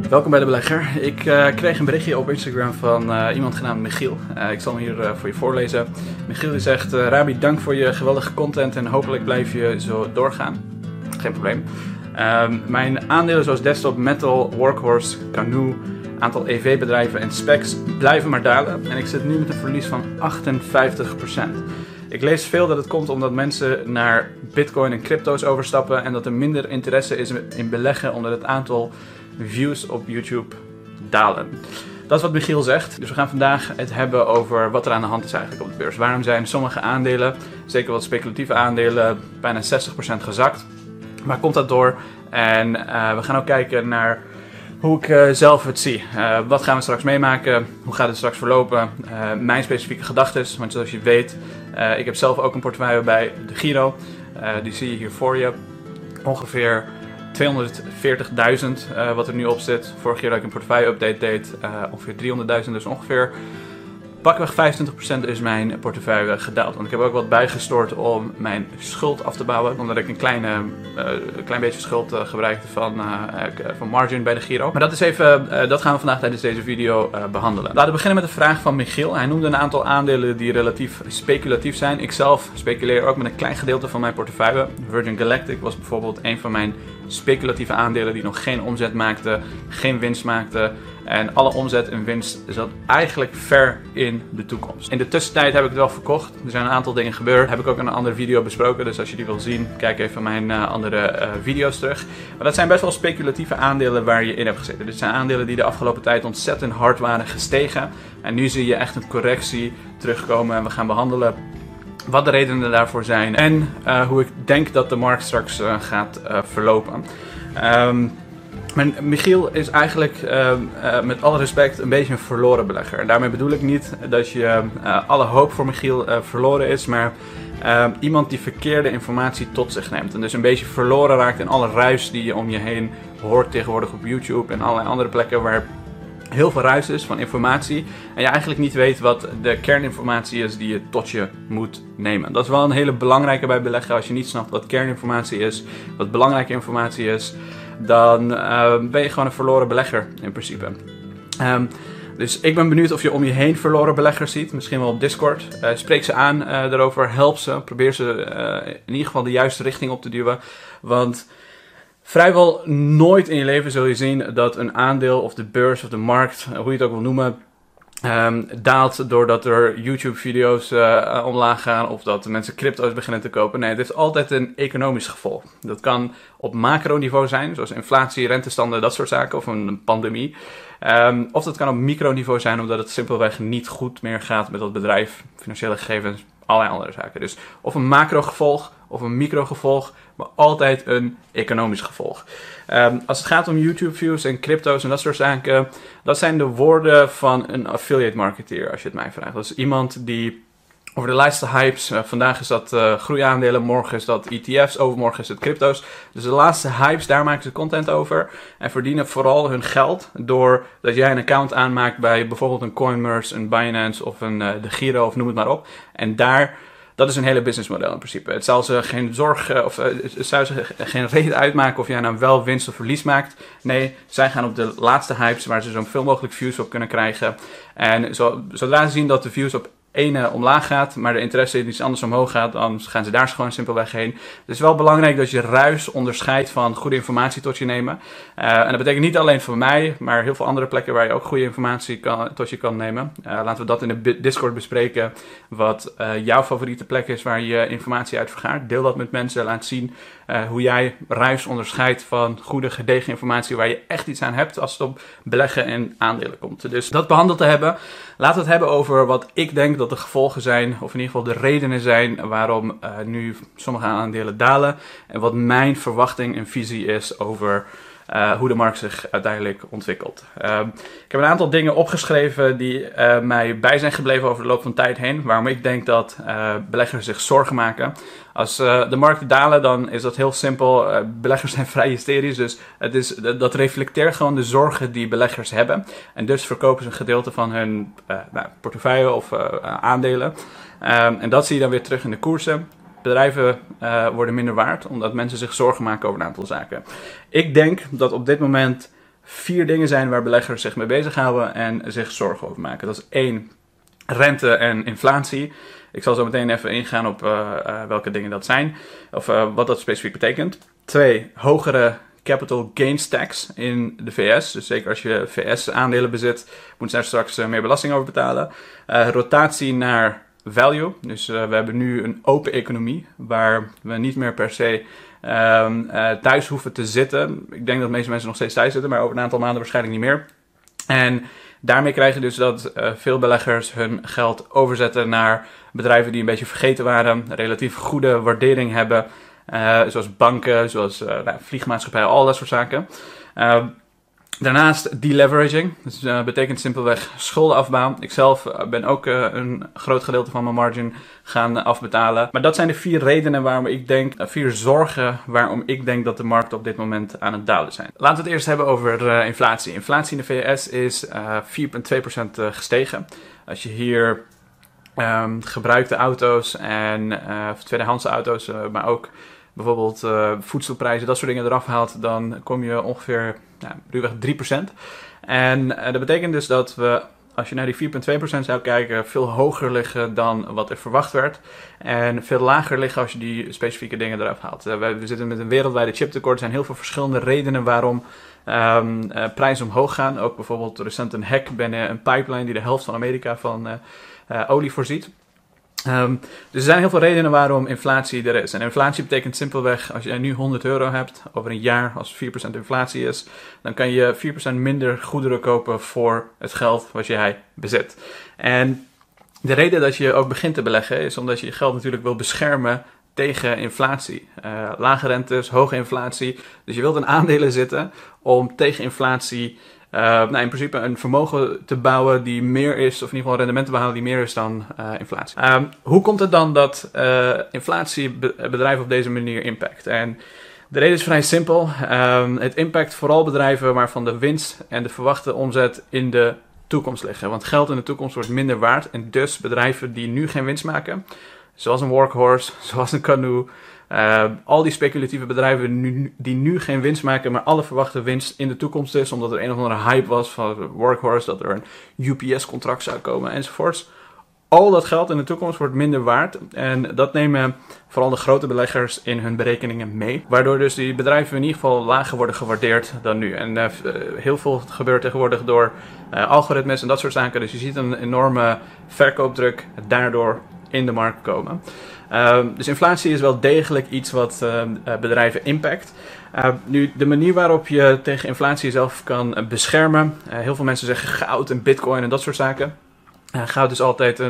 Welkom bij De Belegger. Ik kreeg een berichtje op Instagram van iemand genaamd Michiel. Ik zal hem hier voor je voorlezen. Michiel die zegt, Rabi, dank voor je geweldige content en hopelijk blijf je zo doorgaan. Geen probleem. Mijn aandelen zoals Desktop, Metal, Workhorse, Canoe, aantal EV-bedrijven en specs blijven maar dalen. En ik zit nu met een verlies van 58%. Ik lees veel dat het komt omdat mensen naar bitcoin en crypto's overstappen en dat er minder interesse is in beleggen omdat het aantal views op YouTube dalen. Dat is wat Michiel zegt. Dus we gaan vandaag het hebben over wat er aan de hand is eigenlijk op de beurs. Waarom zijn sommige aandelen, zeker wat speculatieve aandelen, bijna 60% gezakt? Waar komt dat door? En we gaan ook kijken naar hoe ik zelf het zie. Wat gaan we straks meemaken? Hoe gaat het straks verlopen? Mijn specifieke gedachten. Want zoals je weet, ik heb zelf ook een portefeuille bij de Giro. Die zie je hier voor je. Ongeveer 240.000 wat er nu op zit. Vorig jaar dat ik een portefeuille-update deed, ongeveer 300.000. Dus ongeveer pakweg 25% is mijn portefeuille gedaald. Want ik heb ook wat bijgestort om mijn schuld af te bouwen. Omdat ik een klein beetje schuld gebruikte van margin bij de Giro. Maar dat is even, dat gaan we vandaag tijdens deze video behandelen. Laten we beginnen met de vraag van Michiel. Hij noemde een aantal aandelen die relatief speculatief zijn. Ik zelf speculeer ook met een klein gedeelte van mijn portefeuille. Virgin Galactic was bijvoorbeeld een van mijn speculatieve aandelen die nog geen omzet maakte, geen winst maakte. En alle omzet en winst zat eigenlijk ver in de toekomst. In de tussentijd heb ik het wel verkocht. Er zijn een aantal dingen gebeurd. Heb ik ook in een andere video besproken. Dus als je die wil zien, kijk even mijn andere video's terug. Maar dat zijn best wel speculatieve aandelen waar je in hebt gezeten. Dit zijn aandelen die de afgelopen tijd ontzettend hard waren gestegen. En nu zie je echt een correctie terugkomen. En we gaan behandelen wat de redenen daarvoor zijn. En hoe ik denk dat de markt straks gaat verlopen. Maar Michiel is eigenlijk, met alle respect, een beetje een verloren belegger. En daarmee bedoel ik niet dat je alle hoop voor Michiel verloren is, maar iemand die verkeerde informatie tot zich neemt. En dus een beetje verloren raakt in alle ruis die je om je heen hoort tegenwoordig op YouTube en allerlei andere plekken waar heel veel ruis is van informatie. En je eigenlijk niet weet wat de kerninformatie is die je tot je moet nemen. Dat is wel een hele belangrijke bij beleggen. Als je niet snapt wat kerninformatie is, wat belangrijke informatie is, dan ben je gewoon een verloren belegger in principe. Dus ik ben benieuwd of je om je heen verloren beleggers ziet. Misschien wel op Discord. Spreek ze aan daarover. Help ze. Probeer ze in ieder geval de juiste richting op te duwen. Want vrijwel nooit in je leven zul je zien dat een aandeel of de beurs of de markt, hoe je het ook wil noemen, daalt doordat er YouTube-video's omlaag gaan of dat mensen crypto's beginnen te kopen. Nee, het heeft altijd een economisch gevolg. Dat kan op macroniveau zijn, zoals inflatie, rentestanden, dat soort zaken, of een pandemie. Of dat kan op microniveau zijn, omdat het simpelweg niet goed meer gaat met dat bedrijf, financiële gegevens, allerlei andere zaken. Dus of een macrogevolg of een microgevolg, maar altijd een economisch gevolg. Als het gaat om YouTube views en crypto's en dat soort zaken, dat zijn de woorden van een affiliate marketeer, als je het mij vraagt. Dat is iemand die over de laatste hypes, vandaag is dat groeiaandelen, morgen is dat ETF's, overmorgen is het crypto's. Dus de laatste hypes, daar maken ze content over en verdienen vooral hun geld door dat jij een account aanmaakt bij bijvoorbeeld een Coinmerce, een Binance of de Giro of noem het maar op. En dat is een hele businessmodel in principe. Het zal ze geen het zou ze geen reden uitmaken of jij nou wel winst of verlies maakt. Nee, zij gaan op de laatste hypes waar ze zoveel mogelijk views op kunnen krijgen. En zodra ze zien dat de views op ene omlaag gaat, maar de interesse in iets anders omhoog gaat, dan gaan ze daar gewoon simpelweg heen. Dus het is wel belangrijk dat je ruis onderscheidt van goede informatie tot je nemen. En dat betekent niet alleen voor mij, maar heel veel andere plekken waar je ook goede informatie tot je kan nemen. Laten we dat in de Discord bespreken, wat jouw favoriete plek is waar je informatie uit vergaart. Deel dat met mensen, laat zien hoe jij ruis onderscheidt van goede gedegen informatie waar je echt iets aan hebt als het op beleggen en aandelen komt. Dus dat behandeld te hebben, laten we het hebben over wat ik denk dat de gevolgen zijn, of in ieder geval de redenen zijn waarom nu sommige aandelen dalen en wat mijn verwachting en visie is over hoe de markt zich uiteindelijk ontwikkelt. Ik heb een aantal dingen opgeschreven die mij bij zijn gebleven over de loop van tijd heen, waarom ik denk dat beleggers zich zorgen maken. Als de markten dalen, dan is dat heel simpel. Beleggers zijn vrij hysterisch, dus dat reflecteert gewoon de zorgen die beleggers hebben. En dus verkopen ze een gedeelte van hun portefeuille of aandelen. En dat zie je dan weer terug in de koersen. Bedrijven worden minder waard, omdat mensen zich zorgen maken over een aantal zaken. Ik denk dat op dit moment 4 dingen zijn waar beleggers zich mee bezighouden en zich zorgen over maken. Dat is 1, rente en inflatie. Ik zal zo meteen even ingaan op welke dingen dat zijn, of wat dat specifiek betekent. 2, hogere capital gains tax in de VS. Dus zeker als je VS-aandelen bezit, moet je daar straks meer belasting over betalen. Rotatie naar value. Dus we hebben nu een open economie, waar we niet meer per se thuis hoeven te zitten. Ik denk dat de meeste mensen nog steeds thuis zitten, maar over een aantal maanden waarschijnlijk niet meer. En daarmee krijg je dus dat veel beleggers hun geld overzetten naar bedrijven die een beetje vergeten waren, relatief goede waardering hebben, zoals banken, zoals vliegmaatschappijen, al dat soort zaken. Daarnaast deleveraging, dus betekent simpelweg schuldenafbouw. Ik zelf ben ook een groot gedeelte van mijn margin gaan afbetalen. Maar dat zijn de 4 redenen waarom ik denk, 4 zorgen waarom ik denk dat de markten op dit moment aan het dalen zijn. Laten we het eerst hebben over inflatie. Inflatie in de VS is 4,2% gestegen. Als je hier gebruikte auto's en tweedehands auto's, maar ook bijvoorbeeld voedselprijzen, dat soort dingen eraf haalt, dan kom je ongeveer ruwweg 3%. En dat betekent dus dat we, als je naar die 4,2% zou kijken, veel hoger liggen dan wat er verwacht werd. En veel lager liggen als je die specifieke dingen eraf haalt. We zitten met een wereldwijde chiptekort. Er zijn heel veel verschillende redenen waarom prijzen omhoog gaan. Ook bijvoorbeeld recent een hack binnen een pipeline die de helft van Amerika van olie voorziet. Dus er zijn heel veel redenen waarom inflatie er is. En inflatie betekent simpelweg, als je nu €100 hebt, over een jaar, als 4% inflatie is, dan kan je 4% minder goederen kopen voor het geld wat jij bezit. En de reden dat je ook begint te beleggen is omdat je je geld natuurlijk wil beschermen tegen inflatie. Lage rentes, hoge inflatie. Dus je wilt in aandelen zitten om tegen inflatie in principe een vermogen te bouwen die meer is, of in ieder geval een rendement te behalen die meer is dan inflatie. Hoe komt het dan dat inflatie bedrijven op deze manier impact? En de reden is vrij simpel. Het impact vooral bedrijven waarvan de winst en de verwachte omzet in de toekomst liggen. Want geld in de toekomst wordt minder waard en dus bedrijven die nu geen winst maken, zoals een Workhorse, zoals een Canoo, al die speculatieve bedrijven die nu geen winst maken, maar alle verwachte winst in de toekomst is, omdat er een of andere hype was van Workhorse, dat er een UPS-contract zou komen enzovoorts. Al dat geld in de toekomst wordt minder waard en dat nemen vooral de grote beleggers in hun berekeningen mee. Waardoor dus die bedrijven in ieder geval lager worden gewaardeerd dan nu. En heel veel gebeurt tegenwoordig door algoritmes en dat soort zaken. Dus je ziet een enorme verkoopdruk daardoor in de markt komen. Dus inflatie is wel degelijk iets wat bedrijven impact. Nu, de manier waarop je tegen inflatie jezelf kan beschermen. Heel veel mensen zeggen goud en bitcoin en dat soort zaken. Goud is altijd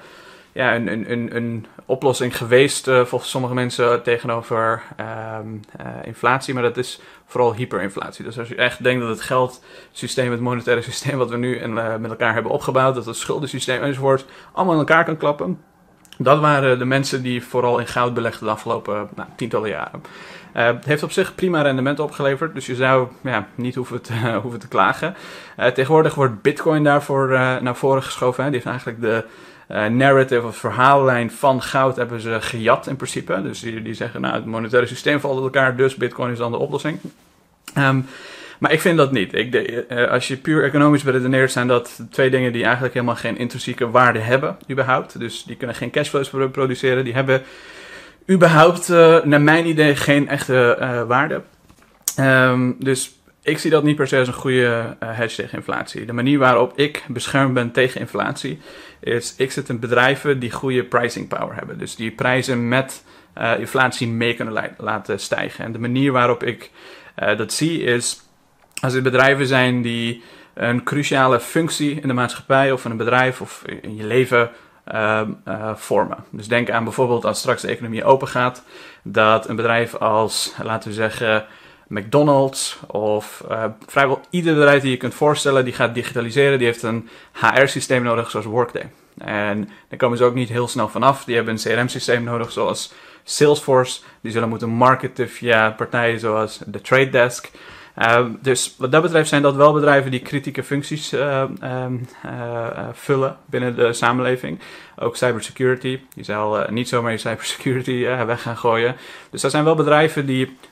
een oplossing geweest volgens sommige mensen tegenover inflatie. Maar dat is vooral hyperinflatie. Dus als je echt denkt dat het geldsysteem, het monetaire systeem wat we nu met elkaar hebben opgebouwd, dat het schuldensysteem enzovoort allemaal in elkaar kan klappen. Dat waren de mensen die vooral in goud belegden de afgelopen tientallen jaren. Het heeft op zich prima rendementen opgeleverd, dus je zou niet hoeven te klagen. Tegenwoordig wordt Bitcoin daarvoor naar voren geschoven. Hè. Die heeft eigenlijk de narrative of verhaallijn van goud hebben ze gejat in principe. Dus die zeggen, het monetaire systeem valt uit elkaar, dus Bitcoin is dan de oplossing. Maar ik vind dat niet. Als je puur economisch beredeneert, zijn dat 2 dingen die eigenlijk helemaal geen intrinsieke waarde hebben, überhaupt. Dus die kunnen geen cashflows produceren. Die hebben überhaupt, naar mijn idee, geen echte waarde. Dus ik zie dat niet per se als een goede hedge tegen inflatie. De manier waarop ik beschermd ben tegen inflatie is, ik zit in bedrijven die goede pricing power hebben. Dus die prijzen met inflatie mee kunnen laten stijgen. En de manier waarop ik dat zie is, als er bedrijven zijn die een cruciale functie in de maatschappij of in een bedrijf of in je leven vormen. Dus denk aan bijvoorbeeld als straks de economie open gaat, dat een bedrijf als, laten we zeggen, McDonald's of vrijwel ieder bedrijf die je kunt voorstellen, die gaat digitaliseren, die heeft een HR-systeem nodig zoals Workday. En daar komen ze ook niet heel snel vanaf. Die hebben een CRM-systeem nodig zoals Salesforce. Die zullen moeten marketen via partijen zoals de Trade Desk. Dus wat dat betreft zijn dat wel bedrijven die kritieke functies vullen binnen de samenleving. Ook cybersecurity. Je zal niet zomaar je cybersecurity weg gaan gooien. Dus dat zijn wel bedrijven die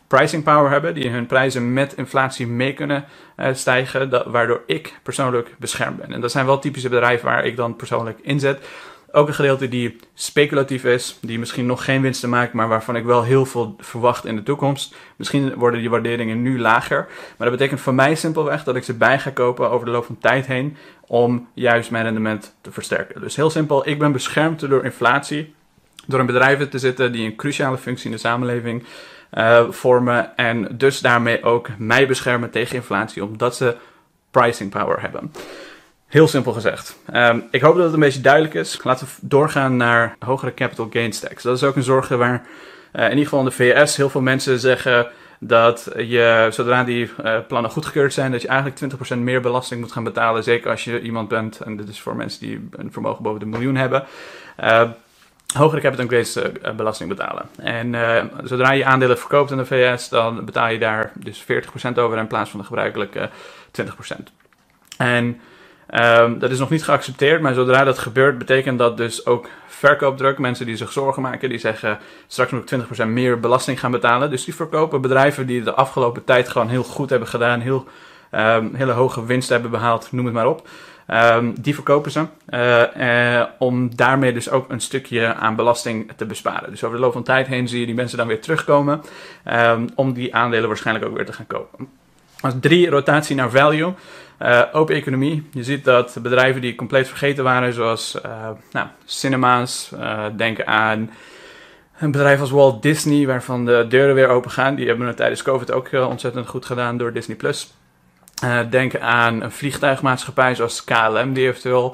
pricing power hebben, die hun prijzen met inflatie mee kunnen stijgen, waardoor ik persoonlijk beschermd ben. En dat zijn wel typische bedrijven waar ik dan persoonlijk inzet. Ook een gedeelte die speculatief is, die misschien nog geen winsten maakt, maar waarvan ik wel heel veel verwacht in de toekomst. Misschien worden die waarderingen nu lager, maar dat betekent voor mij simpelweg dat ik ze bij ga kopen over de loop van tijd heen om juist mijn rendement te versterken. Dus heel simpel, ik ben beschermd door inflatie, door in bedrijven te zitten die een cruciale functie in de samenleving vormen en dus daarmee ook mij beschermen tegen inflatie, omdat ze pricing power hebben. Heel simpel gezegd. Ik hoop dat het een beetje duidelijk is. Laten we doorgaan naar hogere capital gains tax. Dat is ook een zorg waar in ieder geval in de VS heel veel mensen zeggen dat je, zodra die plannen goedgekeurd zijn, dat je eigenlijk 20% meer belasting moet gaan betalen. Zeker als je iemand bent, en dit is voor mensen die een vermogen boven de miljoen hebben, hogere capital gains belasting betalen. En zodra je aandelen verkoopt in de VS, dan betaal je daar dus 40% over in plaats van de gebruikelijke 20%. En dat is nog niet geaccepteerd, maar zodra dat gebeurt, betekent dat dus ook verkoopdruk. Mensen die zich zorgen maken, die zeggen straks moet ik 20% meer belasting gaan betalen. Dus die verkopen bedrijven die de afgelopen tijd gewoon heel goed hebben gedaan, hele hoge winst hebben behaald, noem het maar op. Die verkopen ze om daarmee dus ook een stukje aan belasting te besparen. Dus over de loop van tijd heen zie je die mensen dan weer terugkomen om die aandelen waarschijnlijk ook weer te gaan kopen. Als 3, rotatie naar value. Open economie. Je ziet dat bedrijven die compleet vergeten waren, zoals cinema's, denken aan een bedrijf als Walt Disney, waarvan de deuren weer open gaan. Die hebben het tijdens COVID ook ontzettend goed gedaan door Disney+. Denk aan een vliegtuigmaatschappij zoals KLM, die eventueel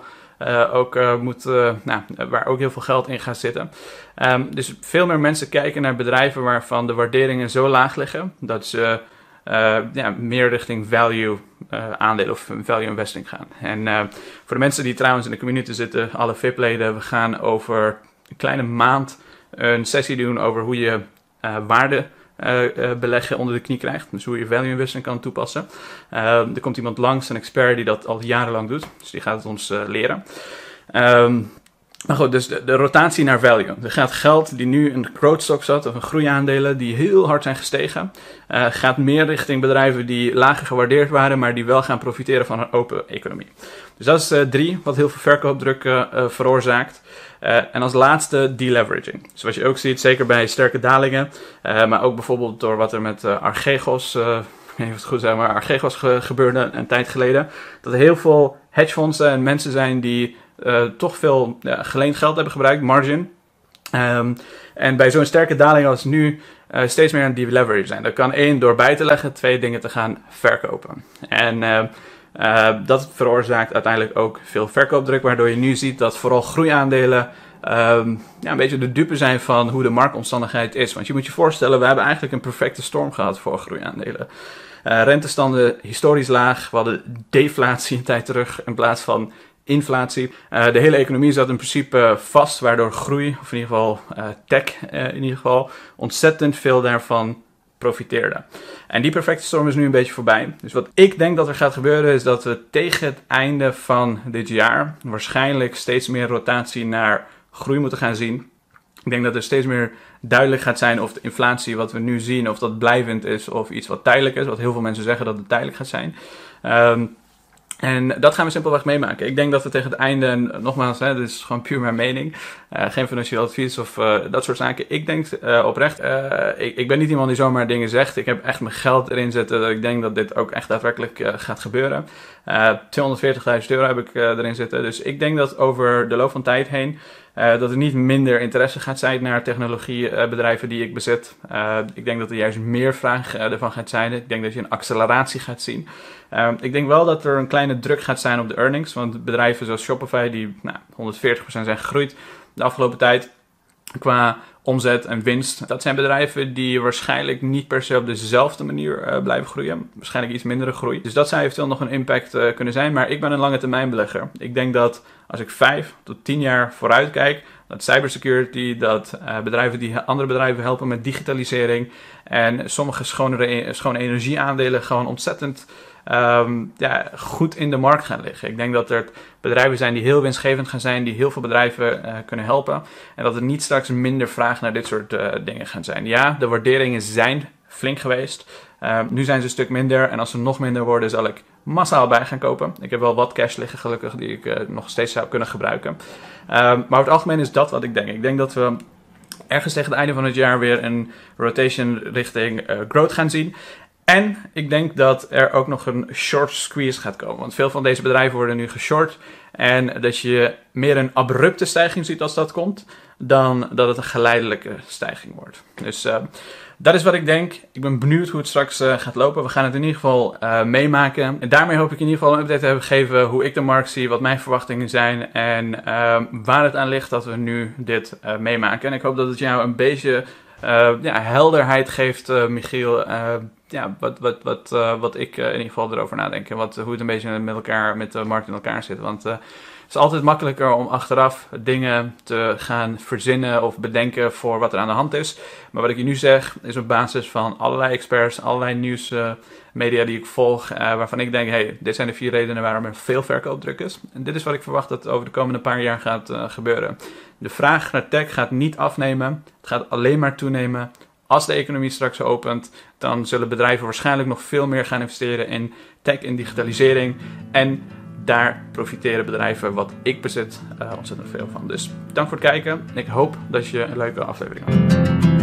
waar ook heel veel geld in gaat zitten. Dus veel meer mensen kijken naar bedrijven waarvan de waarderingen zo laag liggen, dat ze meer richting value aandelen of value investing gaan. En voor de mensen die trouwens in de community zitten, alle VIP-leden, we gaan over een kleine maand een sessie doen over hoe je waarde beleggen onder de knie krijgt. Dus hoe je value investing kan toepassen. Er komt iemand langs, een expert die dat al jarenlang doet. Dus die gaat het ons leren. Maar goed, dus de rotatie naar value. Er gaat geld die nu in de growth stock zat, of in groeiaandelen die heel hard zijn gestegen, gaat meer richting bedrijven die lager gewaardeerd waren, maar die wel gaan profiteren van een open economie. Dus dat is 3, wat heel veel verkoopdruk veroorzaakt. En als laatste deleveraging. Dus wat je ook ziet, zeker bij sterke dalingen, maar ook bijvoorbeeld door wat er met Archegos, ik weet niet of het goed zijn, maar Archegos gebeurde een tijd geleden, dat er heel veel hedgefondsen en mensen zijn die toch veel geleend geld hebben gebruikt, margin. En bij zo'n sterke daling als nu steeds meer aan deleverage zijn. Dat kan 1 door bij te leggen, 2 dingen te gaan verkopen. En dat veroorzaakt uiteindelijk ook veel verkoopdruk, waardoor je nu ziet dat vooral groeiaandelen een beetje de dupe zijn van hoe de marktomstandigheid is. Want je moet je voorstellen, we hebben eigenlijk een perfecte storm gehad voor groeiaandelen. Rentestanden historisch laag, we hadden deflatie een tijd terug in plaats van inflatie. De hele economie zat in principe vast, waardoor groei, of in ieder geval tech in ieder geval, ontzettend veel daarvan profiteerde. En die perfecte storm is nu een beetje voorbij. Dus wat ik denk dat er gaat gebeuren is dat we tegen het einde van dit jaar waarschijnlijk steeds meer rotatie naar groei moeten gaan zien. Ik denk dat er steeds meer duidelijk gaat zijn of de inflatie wat we nu zien, of dat blijvend is of iets wat tijdelijk is. Wat heel veel mensen zeggen dat het tijdelijk gaat zijn. En dat gaan we simpelweg meemaken. Ik denk dat we tegen het einde, en nogmaals, dit is gewoon puur mijn mening, geen financieel advies of dat soort zaken. Ik denk oprecht, ik ben niet iemand die zomaar dingen zegt. Ik heb echt mijn geld erin zitten dat ik denk dat dit ook echt daadwerkelijk gaat gebeuren. €240.000 heb ik erin zitten. Dus ik denk dat over de loop van tijd heen dat er niet minder interesse gaat zijn naar technologiebedrijven die ik bezit. Ik denk dat er juist meer vraag ervan gaat zijn. Ik denk dat je een acceleratie gaat zien. Ik denk wel dat er een kleine druk gaat zijn op de earnings. Want bedrijven zoals Shopify die 140% zijn gegroeid de afgelopen tijd qua omzet en winst. Dat zijn bedrijven die waarschijnlijk niet per se op dezelfde manier blijven groeien. Waarschijnlijk iets mindere groei. Dus dat zou eventueel nog een impact kunnen zijn. Maar ik ben een lange termijn belegger. Ik denk dat als ik 5 tot 10 jaar vooruit kijk, dat cybersecurity, dat bedrijven die andere bedrijven helpen met digitalisering en sommige schone energieaandelen gewoon ontzettend goed in de markt gaan liggen. Ik denk dat er bedrijven zijn die heel winstgevend gaan zijn, die heel veel bedrijven kunnen helpen. En dat er niet straks minder vraag naar dit soort dingen gaan zijn. Ja, de waarderingen zijn flink geweest. Nu zijn ze een stuk minder en als ze nog minder worden zal ik massaal bij gaan kopen. Ik heb wel wat cash liggen gelukkig die ik nog steeds zou kunnen gebruiken. Maar over het algemeen is dat wat ik denk. Ik denk dat we ergens tegen het einde van het jaar weer een rotation richting growth gaan zien. En ik denk dat er ook nog een short squeeze gaat komen. Want veel van deze bedrijven worden nu geshort. En dat je meer een abrupte stijging ziet als dat komt, dan dat het een geleidelijke stijging wordt. Dus dat is wat ik denk. Ik ben benieuwd hoe het straks gaat lopen. We gaan het in ieder geval meemaken. En daarmee hoop ik in ieder geval een update te hebben gegeven hoe ik de markt zie, wat mijn verwachtingen zijn en waar het aan ligt dat we nu dit meemaken. En ik hoop dat het jou een beetje helderheid geeft, Michiel. Wat ik in ieder geval erover nadenk. En hoe het een beetje met de markt in elkaar zit. Want het is altijd makkelijker om achteraf dingen te gaan verzinnen of bedenken voor wat er aan de hand is. Maar wat ik je nu zeg is op basis van allerlei experts, allerlei nieuwsmedia die ik volg. Waarvan ik denk, dit zijn de 4 redenen waarom er veel verkoopdruk is. En dit is wat ik verwacht dat over de komende paar jaar gaat gebeuren. De vraag naar tech gaat niet afnemen. Het gaat alleen maar toenemen. Als de economie straks opent, dan zullen bedrijven waarschijnlijk nog veel meer gaan investeren in tech, in digitalisering. En daar profiteren bedrijven, wat ik bezit, ontzettend veel van. Dus dank voor het kijken. Ik hoop dat je een leuke aflevering had.